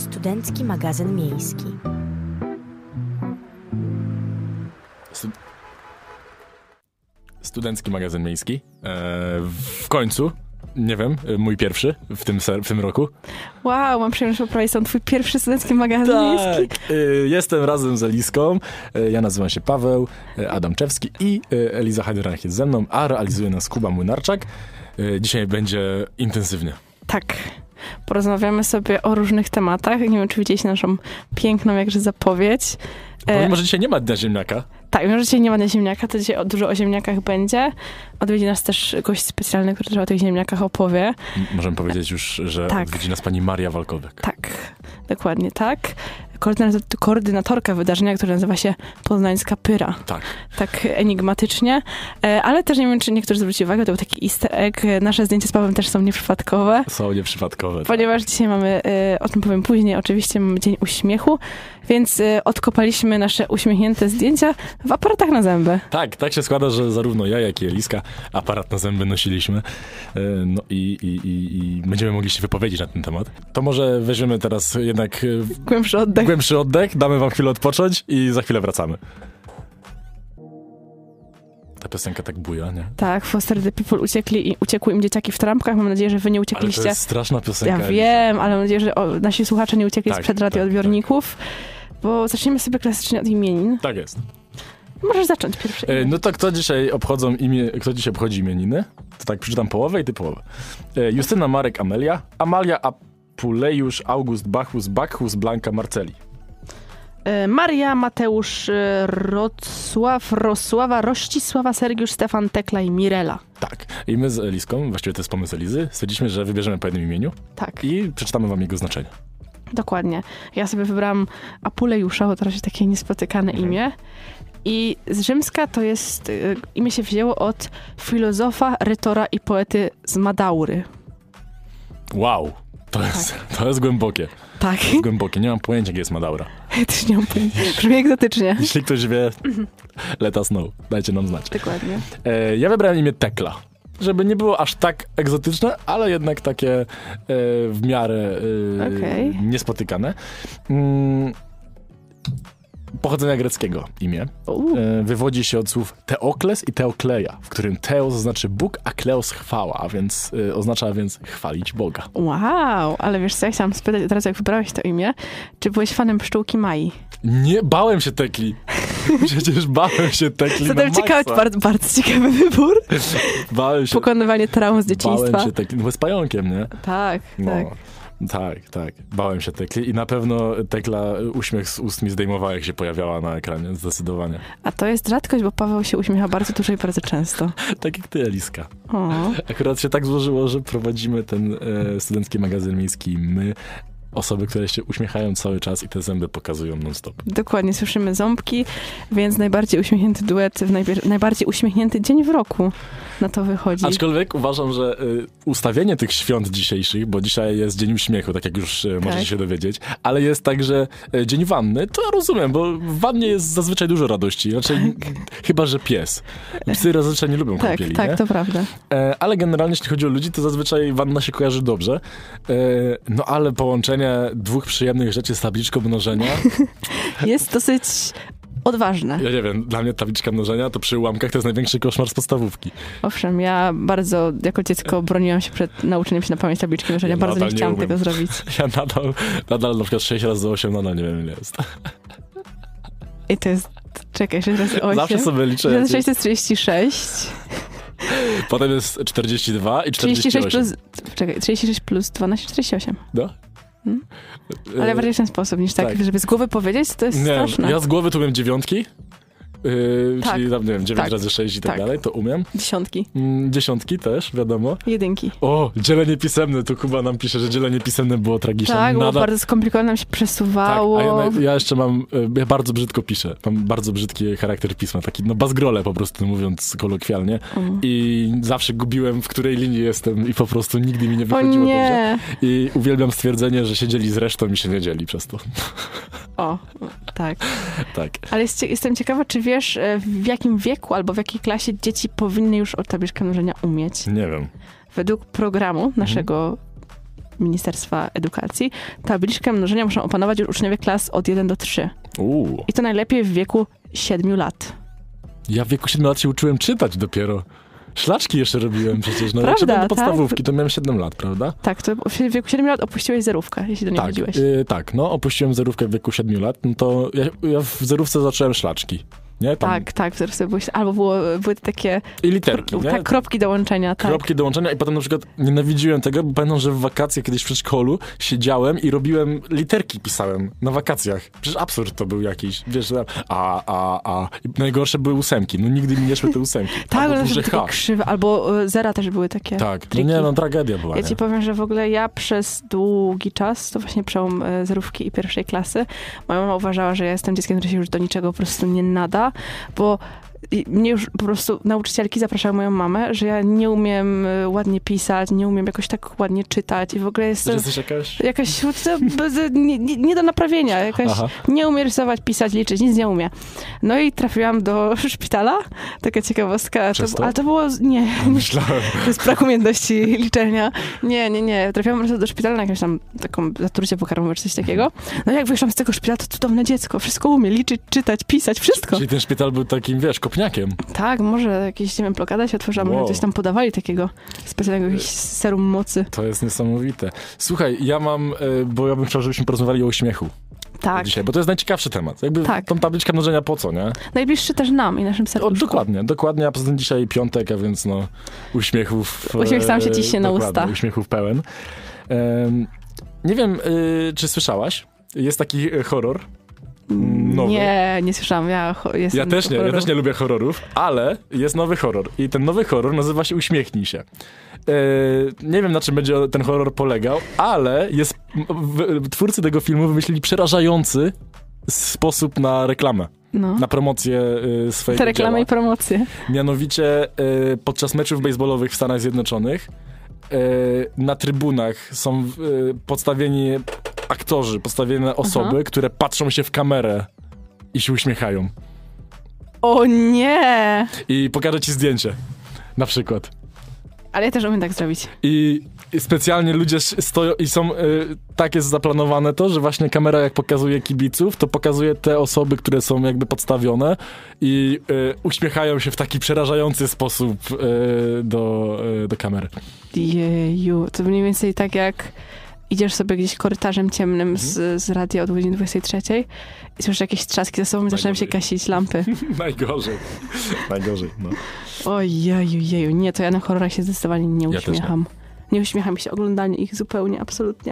Studencki magazyn miejski. Studencki magazyn miejski. W końcu, nie wiem, mój pierwszy w tym roku. Wow, mam przyjemność poprawić, są twój pierwszy studencki magazyn miejski. Jestem razem z Eliską. Ja nazywam się Paweł Adamczewski i Eliza Heidenreich jest ze mną, a realizuje nas Kuba Młynarczak. Dzisiaj będzie intensywnie. Tak. Porozmawiamy sobie o różnych tematach. Nie wiem, czy widzieliście naszą piękną jakże zapowiedź. Pomimo, że dzisiaj nie ma Dnia Ziemniaka. Tak, mimo, że dzisiaj nie ma Dnia Ziemniaka, to dzisiaj dużo o ziemniakach będzie. Odwiedzi nas też gość specjalny, który też o tych ziemniakach opowie. Możemy powiedzieć już, że odwiedzi nas pani Maria Walkowiak. Tak, dokładnie tak. Koordynatorka wydarzenia, które nazywa się Poznańska Pyra. Tak enigmatycznie. Ale też nie wiem, czy niektórzy zwrócili uwagę, to był taki easter egg. Nasze zdjęcia z Pawłem też są nieprzypadkowe. Są nieprzypadkowe. Ponieważ dzisiaj mamy, o tym powiem później, oczywiście mamy Dzień Uśmiechu, więc odkopaliśmy nasze uśmiechnięte zdjęcia w aparatach na zęby. Tak się składa, że zarówno ja, jak i Eliska aparat na zęby nosiliśmy. No i będziemy mogli się wypowiedzieć na ten temat. To może weźmiemy teraz jednak głębszy oddech, damy wam chwilę odpocząć i za chwilę wracamy. Ta piosenka tak buja, nie? Tak, Foster the People uciekły im dzieciaki w trampkach. Mam nadzieję, że wy nie uciekliście. Ale to jest straszna piosenka. Ja wiem, ale mam nadzieję, że nasi słuchacze nie uciekli sprzed radioodbiorników. Bo zaczniemy sobie klasycznie od imienin. Tak jest. Możesz zacząć pierwszy. No to kto dzisiaj obchodzi imieniny? To tak przeczytam połowę i ty połowę. Justyna, Marek, Amelia, Amalia, Apulejusz, August, Bachus, Bakhus, Blanka, Marceli. Maria, Mateusz, Rosława, Rościsława, Sergiusz, Stefan, Tekla i Mirela. Tak. I my z Eliską, właściwie to jest pomysł Elizy, stwierdziliśmy, że wybierzemy po jednym imieniu. Tak. I przeczytamy wam jego znaczenie. Dokładnie. Ja sobie wybrałam Apulejusza, bo to raczej takie niespotykane imię. I z rzymska to jest, imię się wzięło od filozofa, retora i poety z Madaury. Wow. To jest głębokie. Tak. To jest głębokie. Nie mam pojęcia, gdzie jest Madaura. Ja też nie mam pojęcia. Brzmi egzotycznie. Jeśli ktoś wie, let us know. Dajcie nam znać. Dokładnie. Ja wybrałem imię Tekla. Żeby nie było aż tak egzotyczne, ale jednak takie w miarę niespotykane. Pochodzenia greckiego imię. Wywodzi się od słów Teokles i Teokleja, w którym Teos znaczy Bóg, a Kleos chwała, oznacza więc chwalić Boga. Wow, ale wiesz co, ja chciałam spytać teraz, jak wybrałeś to imię, czy byłeś fanem pszczółki Mai? Nie, bałem się Tekli. Przecież bałem się Tekli na maksa. Bardzo ciekawy wybór. Bałem się. Pokonywanie traum z dzieciństwa. Bałem się Tekli, no bo z pająkiem, nie? Tak. Tak. Bałem się Tekli i na pewno Tekla uśmiech z ust mi zdejmowała, jak się pojawiała na ekranie, zdecydowanie. A to jest rzadkość, bo Paweł się uśmiecha bardzo dużo i bardzo często. Tak jak ty, Eliska. O. Akurat się tak złożyło, że prowadzimy ten studencki magazyn miejski my, osoby, które się uśmiechają cały czas i te zęby pokazują non-stop. Dokładnie, słyszymy ząbki, więc najbardziej uśmiechnięty duet najbardziej uśmiechnięty dzień w roku na to wychodzi. Aczkolwiek uważam, że ustawienie tych świąt dzisiejszych, bo dzisiaj jest Dzień Uśmiechu, tak jak już możecie się dowiedzieć, ale jest także Dzień Wanny, to ja rozumiem, bo w wannie jest zazwyczaj dużo radości, raczej chyba, że pies. Psy zazwyczaj nie lubią kąpieli, Tak, nie? to prawda. Ale generalnie, jeśli chodzi o ludzi, to zazwyczaj wanna się kojarzy dobrze. No ale połączenie dwóch przyjemnych rzeczy z tabliczką mnożenia jest dosyć odważne. Ja nie wiem, dla mnie tabliczka mnożenia to przy ułamkach to jest największy koszmar z podstawówki. Owszem, ja bardzo jako dziecko broniłam się przed nauczeniem się na pamięć tabliczki mnożenia. Bardzo nie chciałam tego zrobić. Ja nadal na przykład 6 razy 8, nadal nie wiem ile jest. I to jest, czekaj, 6 razy 8. Zawsze sobie liczę. 6 razy 6 to jest 36. Potem jest 42 i 48. 36 plus 12, 48. No? Ale bardziej w ten sposób niż tak, żeby z głowy powiedzieć, to jest straszne. Ja z głowy tu umiem dziewiątki, czyli tam, nie wiem, 9 razy 6 i tak dalej, to umiem. Dziesiątki. Dziesiątki też, wiadomo. Jedynki. O, dzielenie pisemne, tu Kuba nam pisze, że dzielenie pisemne było tragiczne. Tak, było bardzo skomplikowane, nam się przesuwało. Tak, a ja jeszcze ja bardzo brzydko piszę. Mam bardzo brzydki charakter pisma, taki bazgrole po prostu, mówiąc kolokwialnie. I zawsze gubiłem, w której linii jestem i po prostu nigdy mi nie wychodziło dobrze. I uwielbiam stwierdzenie, że się dzieli z resztą i się nie dzieli przez to. O, tak. Tak. Ale jestem ciekawa, czy wiesz, w jakim wieku albo w jakiej klasie dzieci powinny już tabliczkę mnożenia umieć? Nie wiem. Według programu naszego Ministerstwa Edukacji. Tabliczkę mnożenia muszą opanować już uczniowie klas od 1 do 3. I to najlepiej w wieku 7 lat. Ja w wieku 7 lat się uczyłem czytać dopiero. Szlaczki jeszcze robiłem przecież. No, prawda, jak do podstawówki, to miałem 7 lat, prawda? Tak, to w wieku 7 lat opuściłeś zerówkę, jeśli do niej chodziłeś. Tak, no opuściłem zerówkę w wieku 7 lat, no to ja w zerówce zacząłem szlaczki. Nie? Tam... Tak, w zerówce albo były takie... I literki, nie? Tak, kropki do łączenia, tak. Kropki do łączenia i potem na przykład nienawidziłem tego, bo pamiętam, że w wakacje kiedyś w przedszkolu siedziałem i robiłem literki, pisałem na wakacjach. Przecież absurd to był jakiś, wiesz, I najgorsze były 8. No nigdy mi nie szły te 8. Tak, ale były takie krzywe, albo zera też były takie. Tak, no tragedia była. Ja ci powiem, że w ogóle ja przez długi czas, to właśnie przełom zerówki i pierwszej klasy, moja mama uważała, że ja jestem dzieckiem, które się już do niczego po prostu nie nada, bo mnie już po prostu nauczycielki zapraszały moją mamę, że ja nie umiem ładnie pisać, nie umiem jakoś tak ładnie czytać i w ogóle jestem... Jesteś jakaś nie do naprawienia, nie umiem rysować, pisać, liczyć, nic nie umiem. No i trafiłam do szpitala, taka ciekawostka. Ale to było... Nie. Myślałem. To jest brak umiejętności liczenia. Nie. Trafiłam po prostu do szpitala na jakąś tam taką zatrucie pokarmowe czy coś takiego. No jak wyszłam z tego szpitala, to cudowne dziecko, wszystko umie liczyć, czytać, pisać, wszystko. Czyli ten szpital był takim, wiesz, kopniakiem. Tak, może jakieś, nie wiem, blokada się otworzyła, może coś tam podawali takiego specjalnego jakiegoś serum mocy. To jest niesamowite. Słuchaj, ja mam, bo ja bym chciał, żebyśmy porozmawiali o uśmiechu. Tak. Dzisiaj, bo to jest najciekawszy temat. Jakby tą tabliczkę mnożenia po co, nie? Najbliższy też nam i naszym serduszku. Dokładnie, a poza tym dzisiaj piątek, a więc no uśmiechów... Uśmiech sam się ciśnie na usta. Uśmiechów pełen. Nie wiem, czy słyszałaś? Jest taki horror. Nowy. Nie słyszałam. Ja też nie lubię horrorów, ale jest nowy horror. I ten nowy horror nazywa się Uśmiechnij się. Nie wiem, na czym będzie ten horror polegał, ale twórcy tego filmu wymyślili przerażający sposób na reklamę. Na promocję swojego Te reklamy dzieła. I promocje. Mianowicie podczas meczów baseballowych w Stanach Zjednoczonych na trybunach są podstawieni aktorzy, postawione osoby, które patrzą się w kamerę i się uśmiechają. O nie! I pokażę ci zdjęcie. Na przykład. Ale ja też umiem tak zrobić. I specjalnie ludzie stoją i są... tak jest zaplanowane to, że właśnie kamera jak pokazuje kibiców, to pokazuje te osoby, które są jakby podstawione i uśmiechają się w taki przerażający sposób do kamery. Jeju, to mniej więcej tak jak idziesz sobie gdzieś korytarzem ciemnym z radia od godziny 23 i słyszysz jakieś trzaski za sobą i zaczynają się gasić lampy. Najgorzej, no. Ojeju, nie, to ja na horrorach się zdecydowanie nie uśmiecham. Nie uśmiecham się, oglądanie ich zupełnie, absolutnie.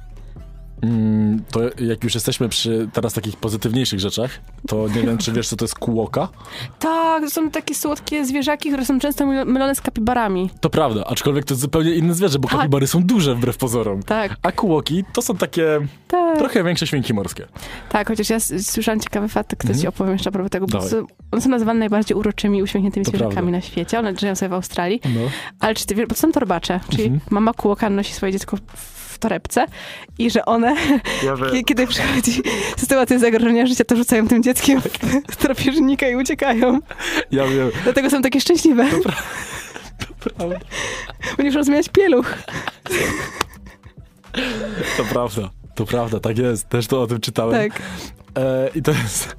To jak już jesteśmy przy teraz takich pozytywniejszych rzeczach, to nie wiem, czy wiesz, co to jest kułoka? Tak, to są takie słodkie zwierzaki, które są często mylone z kapibarami. To prawda, aczkolwiek to jest zupełnie inne zwierzę, bo kapibary są duże wbrew pozorom. Tak. A kułoki to są takie trochę większe świnki morskie. Tak, chociaż ja słyszałam ciekawy fakt, który ci opowiem jeszcze a propos tego, bo one są nazywane najbardziej uroczymi, uśmiechniętymi zwierzakami na świecie. One żyją sobie w Australii. Ale czy ty wiesz, bo to są torbacze, czyli mama kułoka nosi swoje dziecko w torebce i że one, kiedy przychodzi sytuacja zagrożenia życia, to rzucają tym dzieckiem w drapieżnika i uciekają. Ja wiem. Dlatego są takie szczęśliwe. To prawda. Bo nie muszą zmieniać pieluch. To prawda, tak jest. Też to o tym czytałem. Tak. I to jest...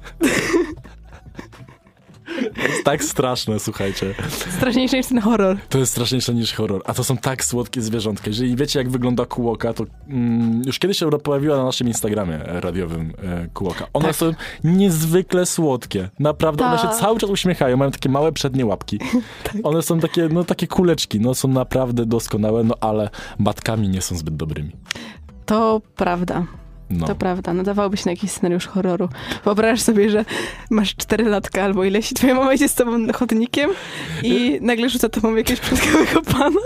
To jest tak straszne, słuchajcie. Straszniejsze niż ten horror. To jest straszniejsze niż horror. A to są tak słodkie zwierzątka. Jeżeli wiecie, jak wygląda kułoka, to już kiedyś się pojawiła na naszym Instagramie radiowym kułoka. One są niezwykle słodkie. Naprawdę, one się cały czas uśmiechają. Mają takie małe przednie łapki. One są takie kuleczki. Są naprawdę doskonałe, ale matkami nie są zbyt dobrymi. To prawda. To prawda, nadawałoby się na jakiś scenariusz horroru. Wyobraź sobie, że masz 4-latka albo ileś i twoja mama idzie z tobą chodnikiem i nagle rzuca tobą jakiegoś przypadkowego pana.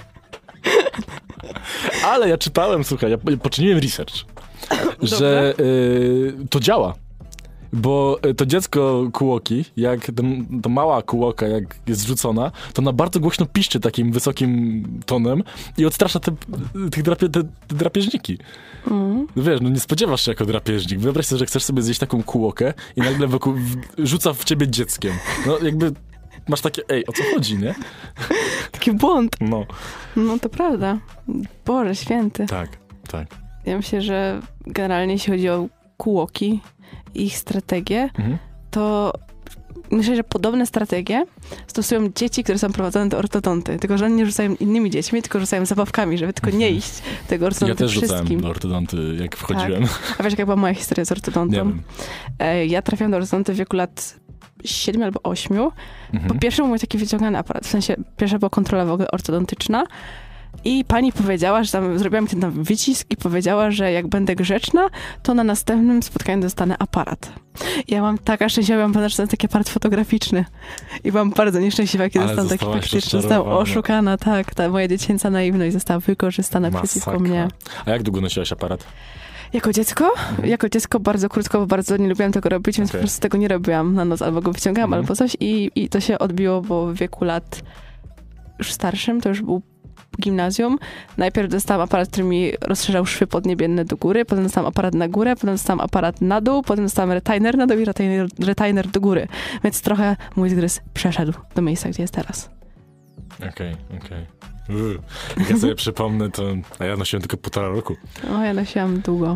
Ale ja czytałem, słuchaj, ja poczyniłem research, że to działa. Bo to dziecko kułoki, jak ta mała kułoka, jak jest zrzucona, to ona bardzo głośno piszczy takim wysokim tonem i odstrasza te drapieżniki. Wiesz, nie spodziewasz się jako drapieżnik. Wyobraź sobie, że chcesz sobie zjeść taką kułokę i nagle rzuca w ciebie dzieckiem. masz takie, o co chodzi, nie? Taki błąd. No. No to prawda. Boże święty. Tak. Ja myślę, że generalnie jeśli chodzi o kółki i ich strategie, to myślę, że podobne strategie stosują dzieci, które są prowadzone do ortodonty. Tylko, że oni nie rzucają innymi dziećmi, tylko rzucają zabawkami, żeby tylko nie iść do tego ortodonty. Ja też wszystkim. rzucałem do ortodonty, jak wchodziłem. Tak. A wiesz, jaka była moja historia z ortodontą? Nie wiem. Ja trafiłam do ortodonty w wieku lat 7 albo 8. Po pierwsze był mój taki wyciągany aparat. W sensie, pierwsza była kontrola w ogóle ortodontyczna. I pani powiedziała, że tam zrobiła mi ten tam wycisk i powiedziała, że jak będę grzeczna, to na następnym spotkaniu dostanę aparat. Ja mam taka szczęśliwa, że dostałam taki aparat fotograficzny. I byłam bardzo nieszczęśliwa, kiedy dostałam taki praktyczny. Zostałam oszukana, tak. Ta moja dziecięca naiwność została wykorzystana przeciwko mnie. A jak długo nosiłaś aparat? Jako dziecko? Jako dziecko bardzo krótko, bo bardzo nie lubiłam tego robić, więc po prostu tego nie robiłam na noc. Albo go wyciągałam, albo coś. I to się odbiło, bo w wieku lat już starszym, to już był gimnazjum. Najpierw dostałam aparat, który mi rozszerzał szwy podniebienne do góry, potem dostałam aparat na górę, potem dostałam aparat na dół, potem dostałam retainer na dół i retainer do góry. Więc trochę mój zgryz przeszedł do miejsca, gdzie jest teraz. Okej. Jak ja sobie przypomnę, to... A ja nosiłem tylko 1,5 roku. O, ja nosiłam długo.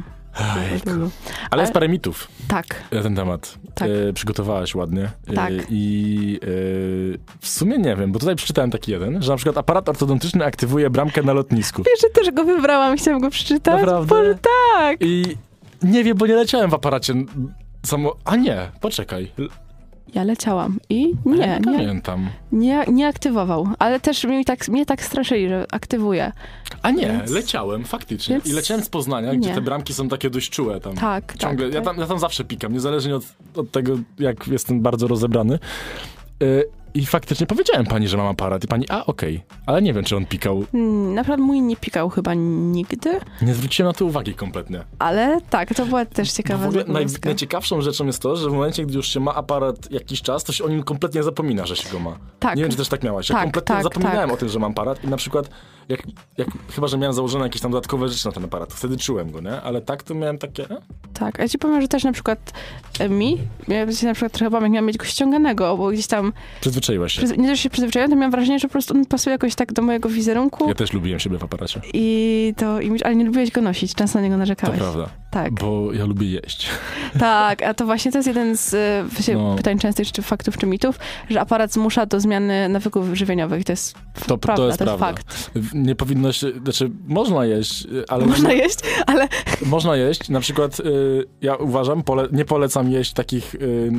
Ale jest parę mitów. Tak. Na ten temat. Tak. Przygotowałaś ładnie. Tak. I w sumie nie wiem, bo tutaj przeczytałem taki jeden, że na przykład aparat ortodontyczny aktywuje bramkę na lotnisku. Wiesz, że też go wybrałam i chciałam go przeczytać? Naprawdę? Boże, tak! I nie wiem, bo nie leciałem w aparacie A nie, poczekaj. Ja leciałam i nie pamiętam. Nie aktywował, ale też mnie tak straszyli, że aktywuje. A nie, leciałem faktycznie. I leciałem z Poznania, gdzie te bramki są takie dość czułe tam. Tak, ciągle. Tak. Ja tam zawsze pikam, niezależnie od tego, jak jestem bardzo rozebrany. I faktycznie powiedziałem pani, że mam aparat i pani, okej. Ale nie wiem, czy on pikał. Naprawdę mój nie pikał chyba nigdy. Nie zwróciłem na to uwagi kompletnie. Ale tak, to była też ciekawa zagwozdka. Najciekawszą rzeczą jest to, że w momencie, gdy już się ma aparat jakiś czas, to się o nim kompletnie zapomina, że się go ma. Tak. Nie wiem, czy też tak miałaś. Ja kompletnie zapominałem o tym, że mam aparat i na przykład chyba, że miałem założone jakieś tam dodatkowe rzeczy na ten aparat. Wtedy czułem go, nie? Ale tak to miałem takie... Tak, a ja ci powiem, że też na przykład miałem na przykład trochę jak miałam mieć go ściąganego, bo gdzieś tam... Przyzwyczaiłaś się. Nie też się przyzwyczaiłam, to miałam wrażenie, że po prostu on pasuje jakoś tak do mojego wizerunku. Ja też lubiłem siebie w aparacie. Ale nie lubiłeś go nosić, często na niego narzekałeś. To prawda. Tak. Bo ja lubię jeść. Tak, a to właśnie to jest jeden z pytań częstych, czy faktów, czy mitów, że aparat zmusza do zmiany nawyków żywieniowych. To jest prawda, to jest fakt. Nie powinno się, można jeść, ale... Można jeść, na przykład ja uważam, nie polecam jeść takich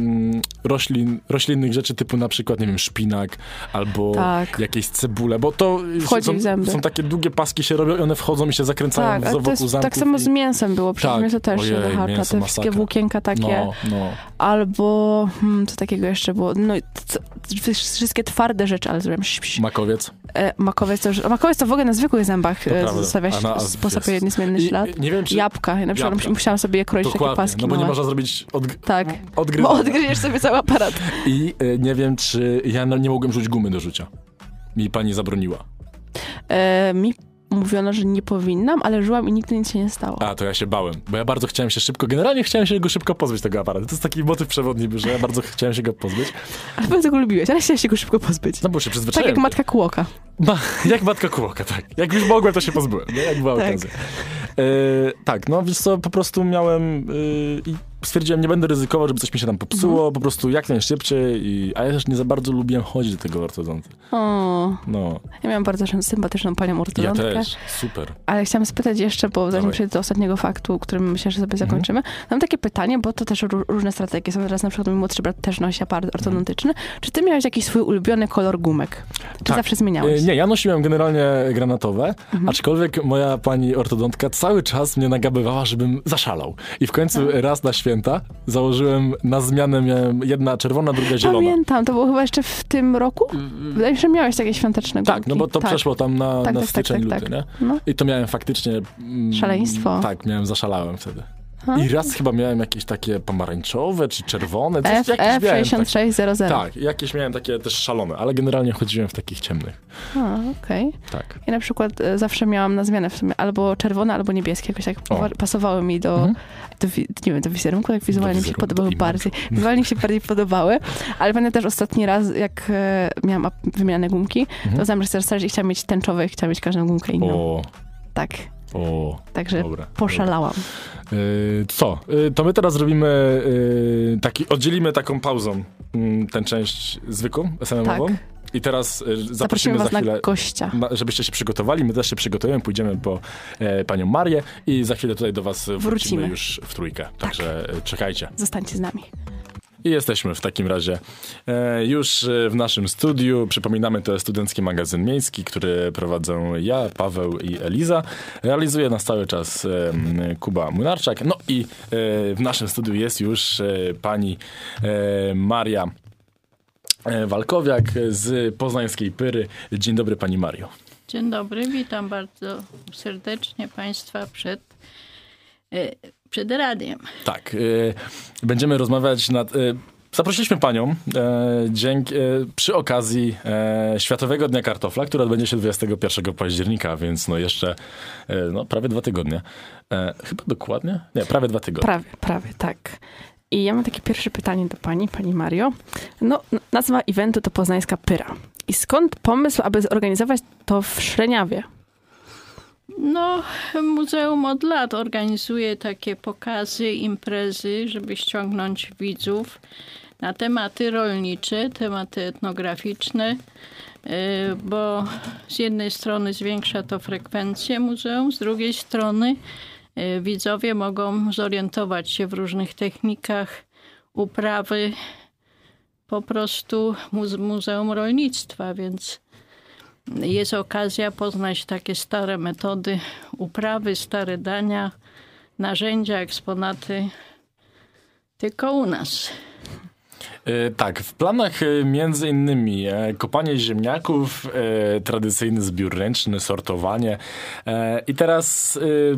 roślinnych rzeczy typu na przykład, nie wiem, szpinak albo jakieś cebule, bo to są takie długie paski się robią i one wchodzą i się zakręcają wokół zamków. Tak samo z mięsem było, przecież mięso też się zahacza, te wszystkie włókienka takie. Albo, co takiego jeszcze było, wszystkie twarde rzeczy, ale zrobiłem Makowiec. Makowiec to w ogóle na zwykłych zębach zostawia sposób niezmienny ślad. Nie wiem, czy... Jabłka. Ja na przykład musiałam sobie je kroić takie paski. No bo nie można zrobić bo odgryziesz sobie cały aparat. I nie wiem, czy ja nie mogłem rzucić gumy do rzucia. Mi pani zabroniła. Mi mówiono, że nie powinnam, ale żyłam i nigdy nic się nie stało. To ja się bałem, bo ja bardzo chciałem się generalnie chciałem się go szybko pozbyć, tego aparatu. To jest taki motyw przewodni, że ja bardzo chciałem się go pozbyć. Ale bardzo go lubiłeś, ale chciałeś się go szybko pozbyć. No bo się przyzwyczaiłem. Tak jak matka Kłoka. Jak matka Kłoka, tak. Jak już mogłem, to się pozbyłem, nie? Jak była okazja. Wiesz co, po prostu miałem i stwierdziłem, nie będę ryzykował, żeby coś mi się tam popsuło, po prostu jak najszybciej. A ja też nie za bardzo lubiłem chodzić do tego ortodonty. Ja miałam bardzo sympatyczną panią ortodontkę. Ja też, super. Ale chciałam spytać jeszcze, bo zanim przejdę do ostatniego faktu, którym myślę, że sobie zakończymy, mam takie pytanie, bo to też różne strategie są. Teraz na przykład mój młodszy brat też nosi aparat ortodontyczny. Czy ty miałeś jakiś swój ulubiony kolor gumek? Czy zawsze zmieniałeś? Nie, ja nosiłem generalnie granatowe, aczkolwiek moja pani ortodontka cały czas mnie nagabywała, żebym zaszalał. I w końcu raz na święta założyłem, na zmianę miałem jedna czerwona, druga zielona. Pamiętam, to było chyba jeszcze w tym roku? Wydaje mi się, że miałeś takie świąteczne gumki. Tak, no bo to przeszło tam na styczeń, luty, nie? I to miałem faktycznie... Szaleństwo. Zaszalałem wtedy. I raz chyba miałem jakieś takie pomarańczowe czy czerwone. F6600. Tak, jakieś miałem takie też szalone, ale generalnie chodziłem w takich ciemnych. Okej. Tak. Ja na przykład zawsze miałam na zmianę w sumie albo czerwone, albo niebieskie. Jakoś tak pasowały mi do wizerunku, tak wizualnie mi się podobały bardziej. Wizualnie mi się bardziej podobały, ale pamiętam też ostatni raz, jak miałam wymianę gumki, to znam, że chcę starać i chciałam mieć tęczowe i chciałam mieć każdą gumkę inną. Tak. Także poszalałam. To my teraz zrobimy oddzielimy taką pauzą tę część zwykłą, SMM-ową. Tak. I teraz zaprosimy za chwilę, na gościa. Żebyście się przygotowali. My też się przygotujemy, pójdziemy po panią Marię i za chwilę tutaj do was wrócimy już w trójkę. Także czekajcie. Zostańcie z nami. I jesteśmy w takim razie już w naszym studiu. Przypominamy, to jest Studencki Magazyn Miejski, który prowadzą ja, Paweł i Eliza. Realizuje nas cały czas Kuba Młynarczak. No i w naszym studiu jest już pani Maria Walkowiak z poznańskiej Pyry. Dzień dobry, pani Mario. Dzień dobry, witam bardzo serdecznie państwa przed radiem. Tak, będziemy rozmawiać zaprosiliśmy panią przy okazji Światowego Dnia Kartofla, który odbędzie się 21 października, więc jeszcze prawie 2 tygodnie. Chyba dokładnie? Nie, prawie 2 tygodnie. Prawie, tak. I ja mam takie pierwsze pytanie do pani Mario. Nazwa eventu to Poznańska Pyra. I skąd pomysł, aby zorganizować to w Szreniawie? Muzeum od lat organizuje takie pokazy, imprezy, żeby ściągnąć widzów na tematy rolnicze, tematy etnograficzne, bo z jednej strony zwiększa to frekwencję muzeum, z drugiej strony widzowie mogą zorientować się w różnych technikach uprawy po prostu Muzeum Rolnictwa, więc jest okazja poznać takie stare metody uprawy, stare dania, narzędzia, eksponaty tylko u nas. Tak, w planach między innymi kopanie ziemniaków, tradycyjny zbiór ręczny, sortowanie. I teraz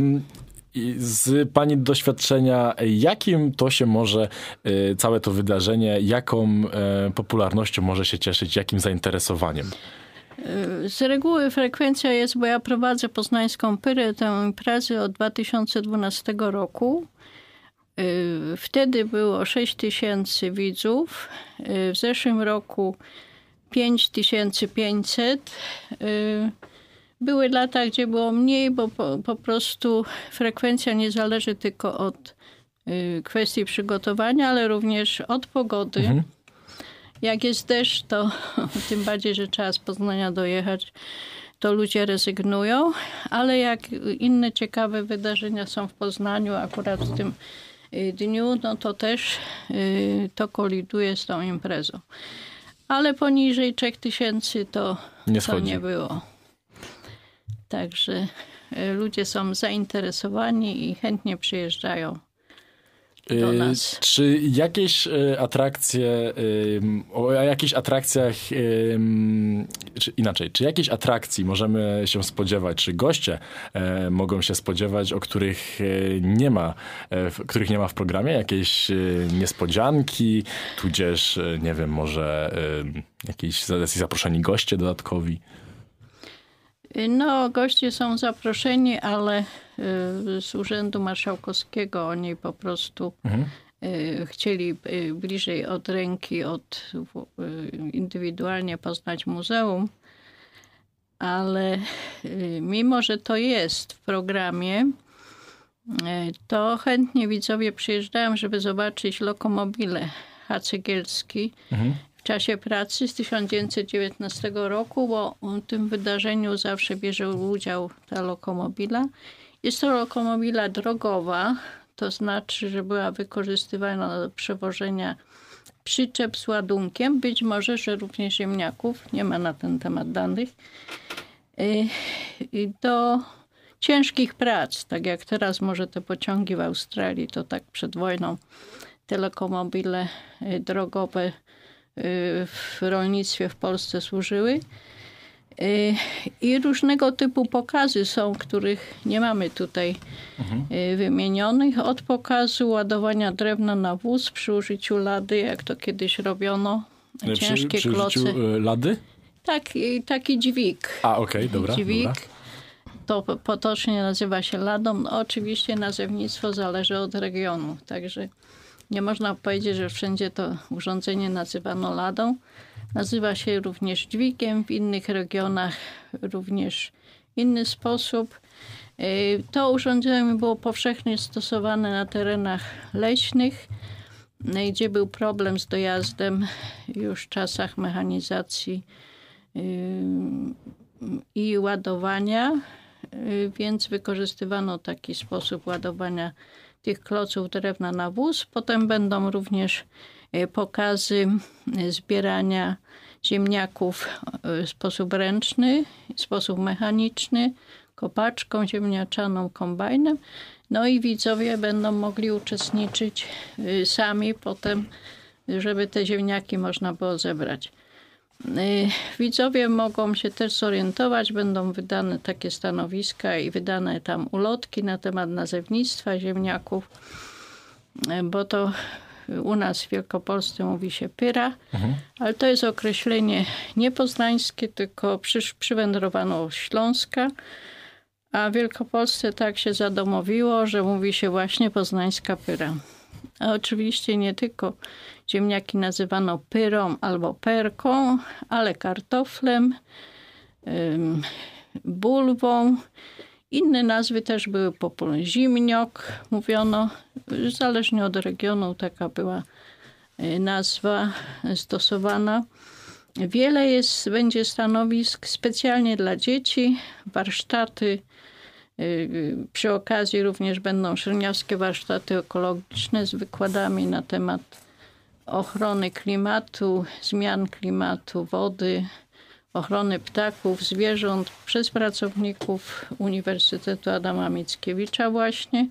z pani doświadczenia, jakim to się może całe to wydarzenie, jaką popularnością może się cieszyć, jakim zainteresowaniem? Z reguły frekwencja jest, bo ja prowadzę Poznańską Pyrę, tę imprezę od 2012 roku. Wtedy było 6000 widzów. W zeszłym roku 5500. Były lata, gdzie było mniej, bo po prostu frekwencja nie zależy tylko od kwestii przygotowania, ale również od pogody. Jak jest deszcz, to tym bardziej, że trzeba z Poznania dojechać, to ludzie rezygnują, ale jak inne ciekawe wydarzenia są w Poznaniu, akurat w tym dniu, to też to koliduje z tą imprezą. Ale poniżej 3000 to nie było. Także ludzie są zainteresowani i chętnie przyjeżdżają do nas. Czy jakieś atrakcje, o jakichś atrakcjach, czy inaczej, czy jakieś atrakcji możemy się spodziewać, czy goście mogą się spodziewać, których nie ma w programie? Jakieś niespodzianki, tudzież, nie wiem, może jakieś zaproszeni goście dodatkowi? Goście są zaproszeni, ale z Urzędu Marszałkowskiego oni po prostu chcieli bliżej od ręki, indywidualnie poznać muzeum. Ale mimo, że to jest w programie, to chętnie widzowie przyjeżdżają, żeby zobaczyć lokomobile H. Cegielski w czasie pracy z 1919 roku, bo w tym wydarzeniu zawsze bierze udział ta lokomobila. Jest to lokomobila drogowa, to znaczy, że była wykorzystywana do przewożenia przyczep z ładunkiem, być może, że również ziemniaków, nie ma na ten temat danych, do ciężkich prac, tak jak teraz może te pociągi w Australii, to tak przed wojną te lokomobile drogowe w rolnictwie w Polsce służyły. I różnego typu pokazy są, których nie mamy tutaj wymienionych. Od pokazu ładowania drewna na wóz przy użyciu lady, jak to kiedyś robiono. Ciężkie przy kloce. użyciu lady? Tak, taki dźwig. Okej, dobra. Dźwig. Dobra. To potocznie nazywa się ladą. No, oczywiście nazewnictwo zależy od regionu, także nie można powiedzieć, że wszędzie to urządzenie nazywano ladą. Nazywa się również dźwigiem, w innych regionach również w inny sposób. To urządzenie było powszechnie stosowane na terenach leśnych, gdzie był problem z dojazdem już w czasach mechanizacji i ładowania, więc wykorzystywano taki sposób ładowania tych kloców drewna na wóz. Potem będą również pokazy zbierania ziemniaków w sposób ręczny, w sposób mechaniczny, kopaczką ziemniaczaną, kombajnem. No i widzowie będą mogli uczestniczyć sami potem, żeby te ziemniaki można było zebrać. Widzowie mogą się też zorientować, będą wydane takie stanowiska i wydane tam ulotki na temat nazewnictwa ziemniaków, bo to u nas w Wielkopolsce mówi się pyra, ale to jest określenie nie poznańskie, tylko przywędrowano z Śląska, a w Wielkopolsce tak się zadomowiło, że mówi się właśnie poznańska pyra. A oczywiście nie tylko ziemniaki nazywano pyrą albo perką, ale kartoflem, bulwą. Inne nazwy też były popularne. Zimniok mówiono, zależnie od regionu taka była nazwa stosowana. Wiele będzie stanowisk specjalnie dla dzieci, warsztaty. Przy okazji również będą szyrniowskie warsztaty ekologiczne z wykładami na temat ochrony klimatu, zmian klimatu, wody, ochrony ptaków, zwierząt przez pracowników Uniwersytetu Adama Mickiewicza właśnie.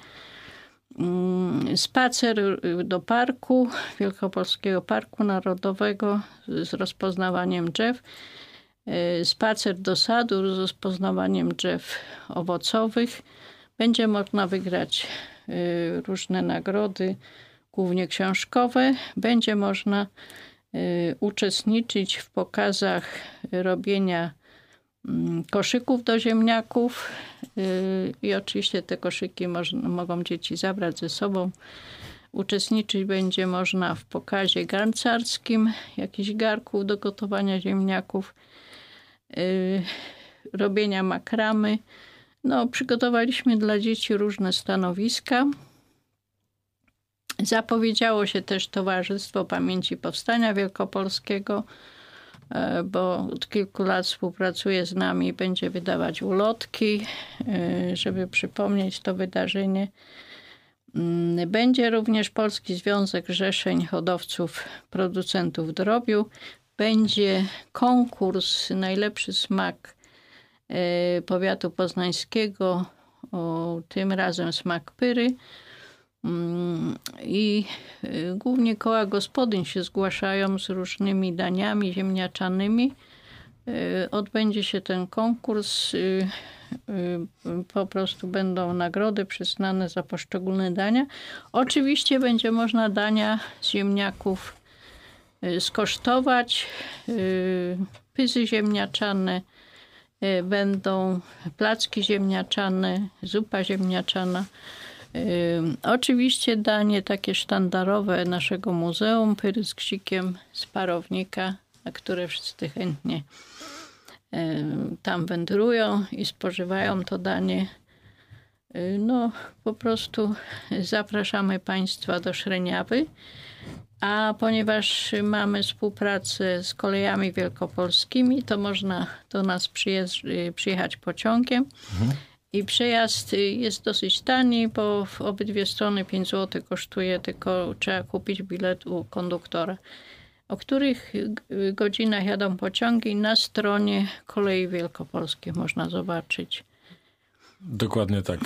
Spacer do parku, Wielkopolskiego Parku Narodowego z rozpoznawaniem drzew. Spacer do sadu z rozpoznawaniem drzew owocowych. Będzie można wygrać różne nagrody, głównie książkowe. Będzie można uczestniczyć w pokazach robienia koszyków do ziemniaków i oczywiście te koszyki mogą dzieci zabrać ze sobą. Uczestniczyć będzie można w pokazie garncarskim, jakichś garków do gotowania ziemniaków, robienia makramy. No, przygotowaliśmy dla dzieci różne stanowiska. Zapowiedziało się też Towarzystwo Pamięci Powstania Wielkopolskiego, bo od kilku lat współpracuje z nami i będzie wydawać ulotki, żeby przypomnieć to wydarzenie. Będzie również Polski Związek Zrzeszeń Hodowców Producentów Drobiu. Będzie konkurs Najlepszy Smak Powiatu Poznańskiego, tym razem smak pyry. I głównie koła gospodyń się zgłaszają z różnymi daniami ziemniaczanymi. Odbędzie się ten konkurs. Po prostu będą nagrody przyznane za poszczególne dania. Oczywiście będzie można dania z ziemniaków skosztować. Pyzy ziemniaczane, będą placki ziemniaczane, zupa ziemniaczana. Oczywiście danie takie sztandarowe naszego muzeum, pyry z ksikiem z parownika, na które wszyscy chętnie tam wędrują i spożywają to danie. No, po prostu zapraszamy Państwa do Szreniawy. A ponieważ mamy współpracę z Kolejami Wielkopolskimi, to można do nas przyjechać pociągiem. I przejazd jest dosyć tani, bo w obydwie strony 5 zł kosztuje, tylko trzeba kupić bilet u konduktora. O których godzinach jadą pociągi, na stronie Kolei Wielkopolskich można zobaczyć. Dokładnie tak.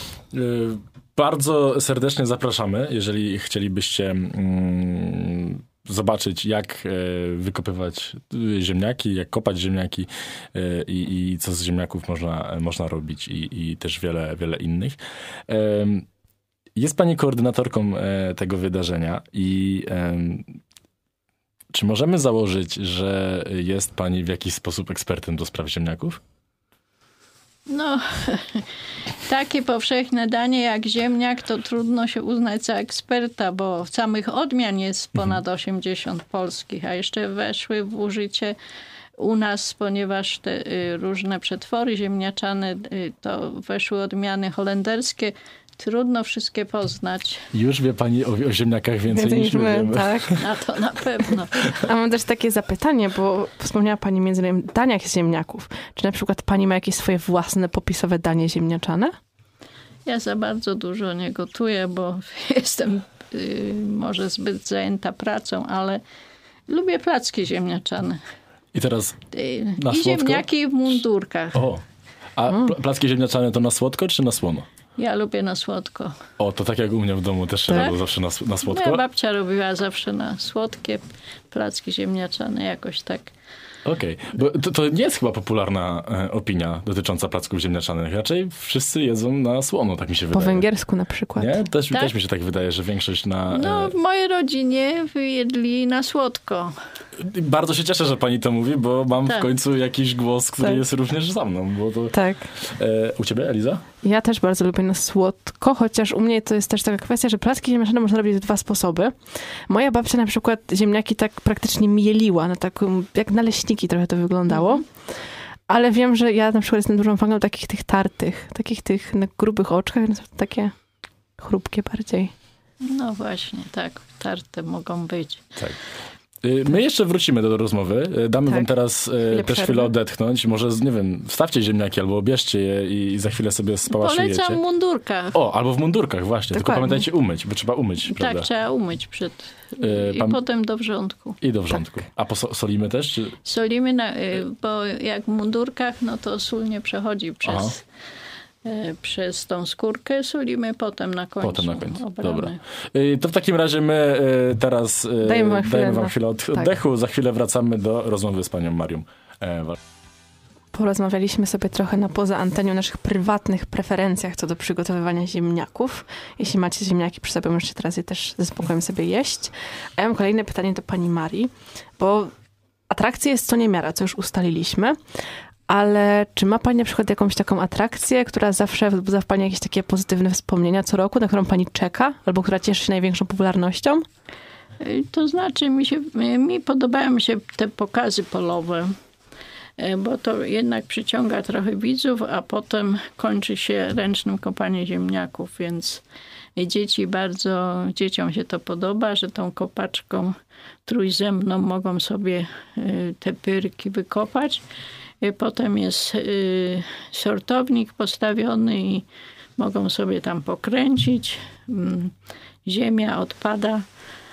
Bardzo serdecznie zapraszamy, jeżeli chcielibyście zobaczyć, jak wykopywać ziemniaki, jak kopać ziemniaki i co z ziemniaków można robić i też wiele innych. Jest pani koordynatorką tego wydarzenia i czy możemy założyć, że jest pani w jakiś sposób ekspertem do spraw ziemniaków? No, takie powszechne danie jak ziemniak, to trudno się uznać za eksperta, bo samych odmian jest ponad 80 polskich, a jeszcze weszły w użycie u nas, ponieważ te różne przetwory ziemniaczane, to weszły odmiany holenderskie. Trudno wszystkie poznać. Już wie pani o ziemniakach więcej niż my wiemy. Tak. A to na pewno. A mam też takie zapytanie, bo wspomniała pani między innymi o daniach z ziemniaków. Czy na przykład pani ma jakieś swoje własne popisowe danie ziemniaczane? Ja za bardzo dużo nie gotuję, bo jestem może zbyt zajęta pracą, ale lubię placki ziemniaczane. I teraz na I słodko? ziemniaki w mundurkach. O, a placki ziemniaczane to na słodko czy na słono? Ja lubię na słodko. O, to tak jak u mnie w domu też robią zawsze na słodko. Moja babcia robiła zawsze na słodkie placki ziemniaczane, jakoś tak. Okej, bo to nie jest chyba popularna opinia dotycząca placków ziemniaczanych. Raczej wszyscy jedzą na słono, tak mi się wydaje. Po węgiersku na przykład. Nie? Też mi się tak wydaje, że większość na... No, w mojej rodzinie jedli na słodko. Bardzo się cieszę, że pani to mówi, bo mam w końcu jakiś głos, który jest również za mną. Bo to... Tak. U ciebie, Eliza? Ja też bardzo lubię na słodko, chociaż u mnie to jest też taka kwestia, że placki ziemniaczane można robić w 2 sposoby. Moja babcia na przykład ziemniaki tak praktycznie mieliła, na taką, jak naleśniki trochę to wyglądało. Ale wiem, że ja na przykład jestem dużą fanką takich tych tartych, takich tych na grubych oczkach, takie chrupkie bardziej. No właśnie, tak, tarte mogą być. Tak. My jeszcze wrócimy do rozmowy. Damy wam teraz też chwilę odetchnąć. Może, nie wiem, wstawcie ziemniaki albo obierzcie je i za chwilę sobie spałaszujecie. Polecam w mundurkach. O, albo w mundurkach, właśnie. Dokładnie. Tylko pamiętajcie umyć, bo trzeba umyć, prawda? Tak, trzeba umyć i potem do wrzątku. I do wrzątku. Tak. A solimy też? Czy... Solimy, bo jak w mundurkach, no to sól nie przechodzi przez tą skórkę, solimy potem na końcu. Dobra. To w takim razie my teraz dajemy wam chwilę oddechu. Za chwilę wracamy do rozmowy z panią Marią. Porozmawialiśmy sobie trochę poza antenią o naszych prywatnych preferencjach co do przygotowywania ziemniaków. Jeśli macie ziemniaki przy sobie, możecie teraz je też ze spokojem sobie jeść. A ja mam kolejne pytanie do pani Marii, bo atrakcja jest co niemiara, co już ustaliliśmy. Ale czy ma pani na przykład jakąś taką atrakcję, która zawsze wzbudza w pani jakieś takie pozytywne wspomnienia co roku, na którą pani czeka, albo która cieszy się największą popularnością? To znaczy, mi podobają się te pokazy polowe, bo to jednak przyciąga trochę widzów, a potem kończy się ręcznym kopaniem ziemniaków, więc dzieciom się to podoba, że tą kopaczką trójzębną mogą sobie te pyrki wykopać. Potem jest sortownik postawiony i mogą sobie tam pokręcić. Ziemia odpada.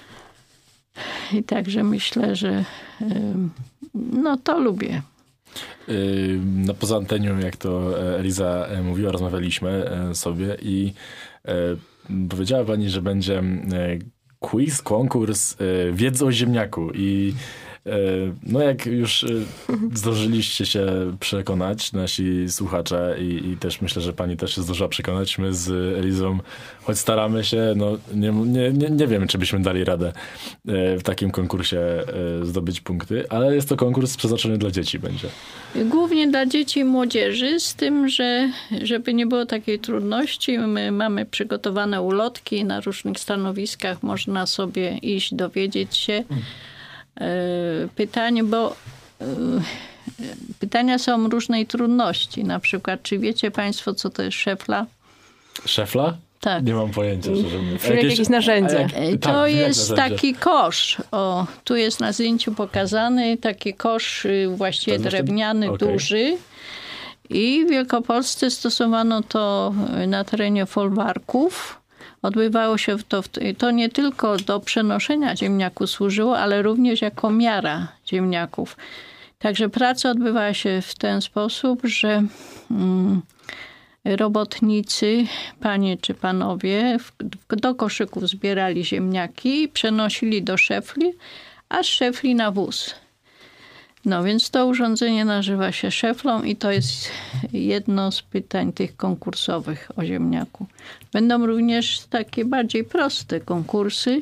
I także myślę, że no to lubię. Poza antenią, jak to Eliza mówiła, rozmawialiśmy sobie i powiedziała pani, że będzie quiz, konkurs wiedzy o ziemniaku i no jak już zdążyliście się przekonać, nasi słuchacze i też myślę, że pani też się zdążyła przekonać, my z Elizą, choć staramy się, no nie wiem, czy byśmy dali radę w takim konkursie zdobyć punkty, ale jest to konkurs przeznaczony dla dzieci będzie. Głównie dla dzieci i młodzieży, z tym, że żeby nie było takiej trudności, my mamy przygotowane ulotki na różnych stanowiskach, można sobie iść, dowiedzieć się pytań, bo pytania są różnej trudności. Na przykład, czy wiecie państwo, co to jest szefla? Szefla? Tak. Nie mam pojęcia. Jakieś narzędzie. To jest taki kosz. O, tu jest na zdjęciu pokazany taki kosz właściwie drewniany, duży. I w Wielkopolsce stosowano to na terenie folwarków. Odbywało się to nie tylko do przenoszenia ziemniaków służyło, ale również jako miara ziemniaków. Także praca odbywała się w ten sposób, że robotnicy, panie czy panowie, do koszyków zbierali ziemniaki, przenosili do szefli, a z szefli na wóz. No więc to urządzenie nazywa się szeflą i to jest jedno z pytań tych konkursowych o ziemniaku. Będą również takie bardziej proste konkursy,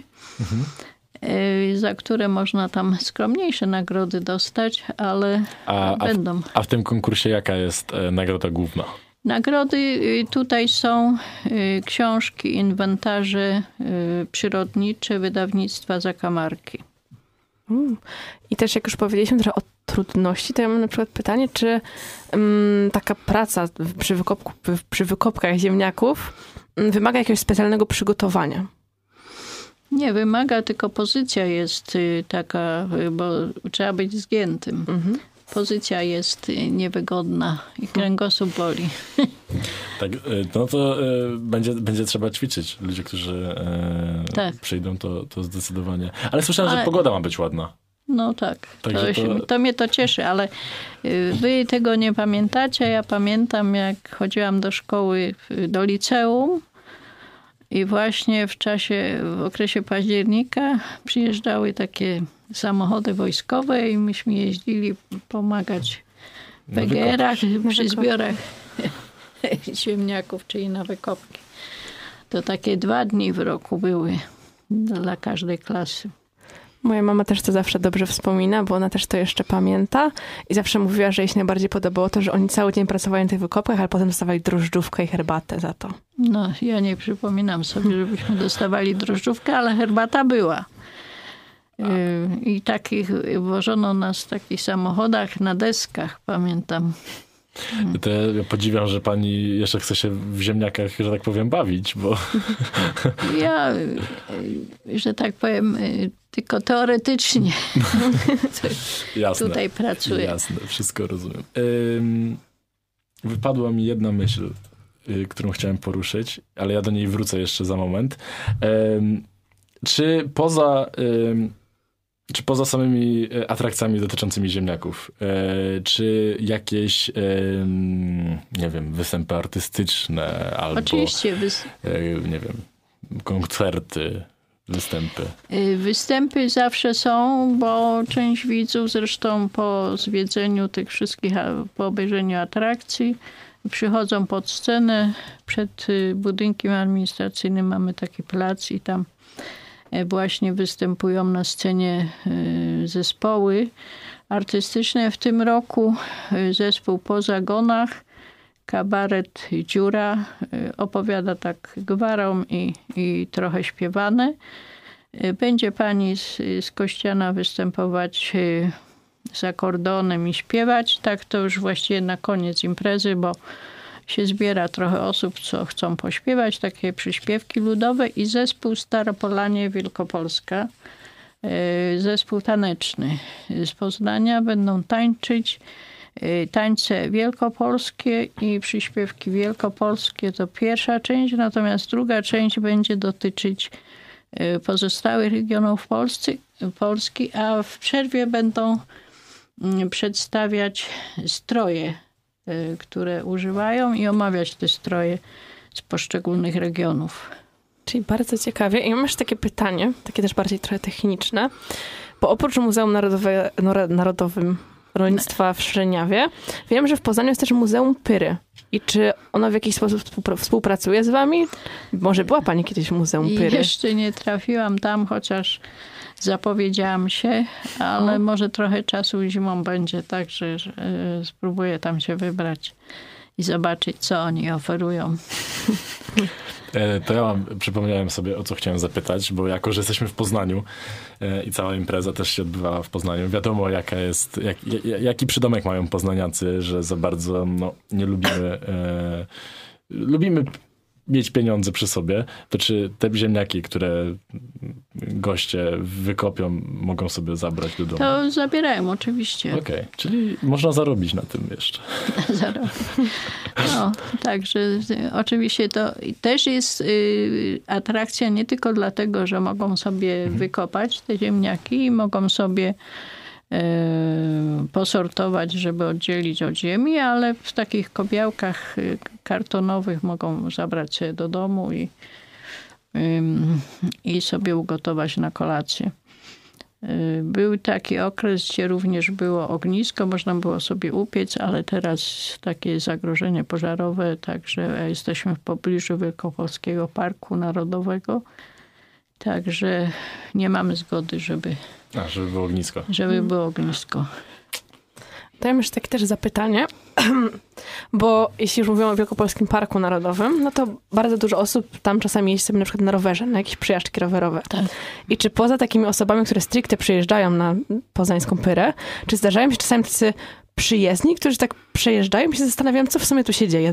za które można tam skromniejsze nagrody dostać, ale będą. A w tym konkursie jaka jest nagroda główna? Nagrody tutaj są książki, inwentarze przyrodnicze wydawnictwa Zakamarki. I też jak już powiedzieliśmy trochę o trudności, to ja mam na przykład pytanie, czy taka praca przy wykopkach ziemniaków wymaga jakiegoś specjalnego przygotowania? Nie wymaga, tylko pozycja jest taka, bo trzeba być zgiętym. Pozycja jest niewygodna i kręgosłup boli. Tak, no to będzie trzeba ćwiczyć. Ludzie, którzy przyjdą, to zdecydowanie. Ale słyszałem, że pogoda ma być ładna. No tak, to mnie to cieszy, ale wy tego nie pamiętacie. Ja pamiętam, jak chodziłam do szkoły, do liceum i właśnie w okresie października przyjeżdżały takie samochody wojskowe i myśmy jeździli pomagać w PGR-ach przy zbiorach ziemniaków, czyli na wykopki. To takie 2 dni w roku były dla każdej klasy. Moja mama też to zawsze dobrze wspomina, bo ona też to jeszcze pamięta i zawsze mówiła, że jej się najbardziej podobało to, że oni cały dzień pracowali na tych wykopkach, ale potem dostawali drożdżówkę i herbatę za to. No, ja nie przypominam sobie, żebyśmy dostawali drożdżówkę, ale herbata była. I takich wożono nas w takich samochodach na deskach, pamiętam. To ja podziwiam, że pani jeszcze chce się w ziemniakach, że tak powiem, bawić, bo... Ja, że tak powiem, tylko teoretycznie jasne, tutaj pracuję. Jasne, wszystko rozumiem. Wypadła mi jedna myśl, którą chciałem poruszyć, ale ja do niej wrócę jeszcze za moment. Czy poza samymi atrakcjami dotyczącymi ziemniaków, czy jakieś, nie wiem, występy artystyczne albo, oczywiście, nie wiem, koncerty, występy? Występy zawsze są, bo część widzów zresztą po zwiedzeniu tych wszystkich, po obejrzeniu atrakcji przychodzą pod scenę. Przed budynkiem administracyjnym mamy taki plac i tam właśnie występują na scenie zespoły artystyczne. W tym roku zespół Po Zagonach, kabaret Dziura, opowiada tak gwarą i trochę śpiewane. Będzie pani z Kościana występować z akordeonem i śpiewać. Tak to już właściwie na koniec imprezy, bo się zbiera trochę osób, co chcą pośpiewać, takie przyśpiewki ludowe i zespół Staropolanie Wielkopolska, zespół taneczny z Poznania. Będą tańczyć tańce wielkopolskie i przyśpiewki wielkopolskie. To pierwsza część, natomiast druga część będzie dotyczyć pozostałych regionów Polski, a w przerwie będą przedstawiać stroje, które używają i omawiać te stroje z poszczególnych regionów. Czyli bardzo ciekawie. I mam jeszcze takie pytanie, takie też bardziej trochę techniczne, bo oprócz Muzeum Narodowym Rolnictwa w Szczerniawie, wiem, że w Poznaniu jest też Muzeum Pyry. I czy ono w jakiś sposób współpracuje z wami? Może była pani kiedyś w Muzeum Pyry? Jeszcze nie trafiłam tam, chociaż zapowiedziałam się, ale może trochę czasu zimą będzie, tak, że spróbuję tam się wybrać i zobaczyć, co oni oferują. To ja przypomniałem sobie, o co chciałem zapytać, bo jako, że jesteśmy w Poznaniu i cała impreza też się odbywała w Poznaniu, wiadomo jaki przydomek mają poznaniacy, że za bardzo nie lubimy mieć pieniądze przy sobie, to czy te ziemniaki, które goście wykopią, mogą sobie zabrać do domu? To zabierają, oczywiście. Okej, czyli można zarobić na tym jeszcze. No, także oczywiście to też jest atrakcja nie tylko dlatego, że mogą sobie wykopać te ziemniaki i mogą sobie posortować, żeby oddzielić od ziemi, ale w takich kobiałkach kartonowych mogą zabrać się do domu i sobie ugotować na kolację. Był taki okres, gdzie również było ognisko, można było sobie upiec, ale teraz takie zagrożenie pożarowe, także jesteśmy w pobliżu Wielkopolskiego Parku Narodowego, także nie mamy zgody, żeby było ognisko. Żeby było ognisko. To ja mam jeszcze takie też zapytanie, bo jeśli już mówimy o Wielkopolskim Parku Narodowym, no to bardzo dużo osób tam czasami jeździ sobie na przykład na rowerze, na jakieś przejażdżki rowerowe. Tak. I czy poza takimi osobami, które stricte przyjeżdżają na Poznańską Pyrę, czy zdarzają się czasami tacy przyjezdni, którzy tak przejeżdżają i się zastanawiają, co w sumie tu się dzieje?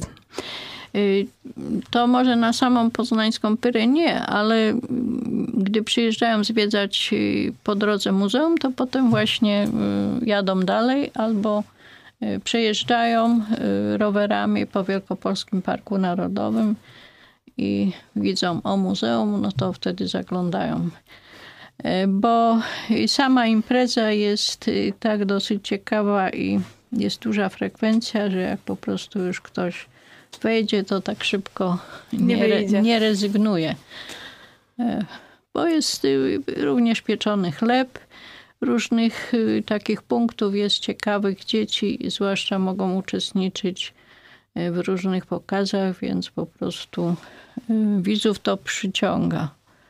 To może na samą Poznańską Pyrę nie, ale gdy przyjeżdżają zwiedzać po drodze muzeum, to potem właśnie jadą dalej albo przejeżdżają rowerami po Wielkopolskim Parku Narodowym i widzą muzeum, no to wtedy zaglądają. Bo sama impreza jest tak dosyć ciekawa i jest duża frekwencja, że jak po prostu już ktoś wejdzie, to tak szybko nie rezygnuje. Bo jest również pieczony chleb. Różnych takich punktów jest ciekawych. Dzieci zwłaszcza mogą uczestniczyć w różnych pokazach, więc po prostu widzów to przyciąga.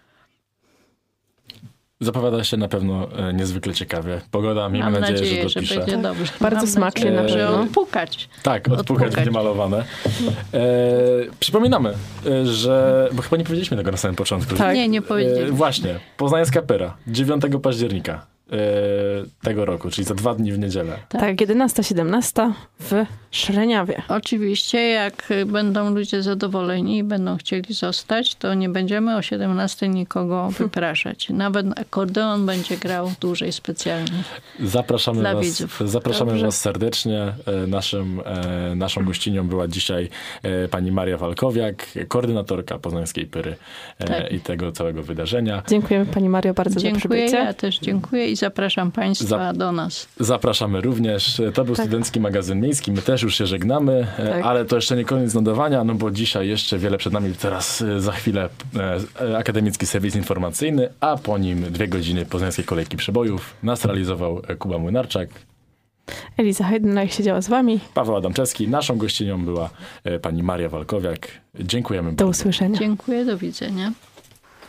Zapowiada się na pewno niezwykle ciekawie. Pogoda, miejmy nadzieję, że dopisze. Będzie dobrze. Bardzo smacznie na pewno. Odpukać. Tak, odpukać będzie malowane. Przypominamy, że... Bo chyba nie powiedzieliśmy tego na samym początku. Tak. Nie powiedzieliśmy. Właśnie. Poznańska Pyra. 9 października tego roku, czyli za 2 dni w niedzielę. Tak, 11-17 w Szreniawie. Oczywiście, jak będą ludzie zadowoleni i będą chcieli zostać, to nie będziemy o 17 nikogo wypraszać. Nawet akordeon będzie grał dłużej specjalnie. Zapraszamy was serdecznie. Naszą gościnią była dzisiaj pani Maria Walkowiak, koordynatorka Poznańskiej Pyry i tego całego wydarzenia. Dziękujemy pani Mario bardzo za przybycie. Ja też dziękuję i zapraszam państwa do nas. Zapraszamy również. To był Studencki Magazyn Miejski. My też już się żegnamy, ale to jeszcze nie koniec nadawania, no bo dzisiaj jeszcze wiele przed nami. Teraz za chwilę Akademicki Serwis Informacyjny, a po nim 2 godziny Poznańskiej Kolejki Przebojów. Nas realizował Kuba Młynarczak. Eliza Heidenreich siedziała z wami. Paweł Adamczewski. Naszą gościnią była pani Maria Walkowiak. Dziękujemy bardzo. Do usłyszenia. Dziękuję, do widzenia.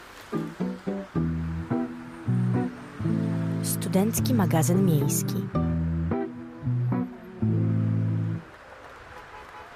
Studencki Magazyn Miejski.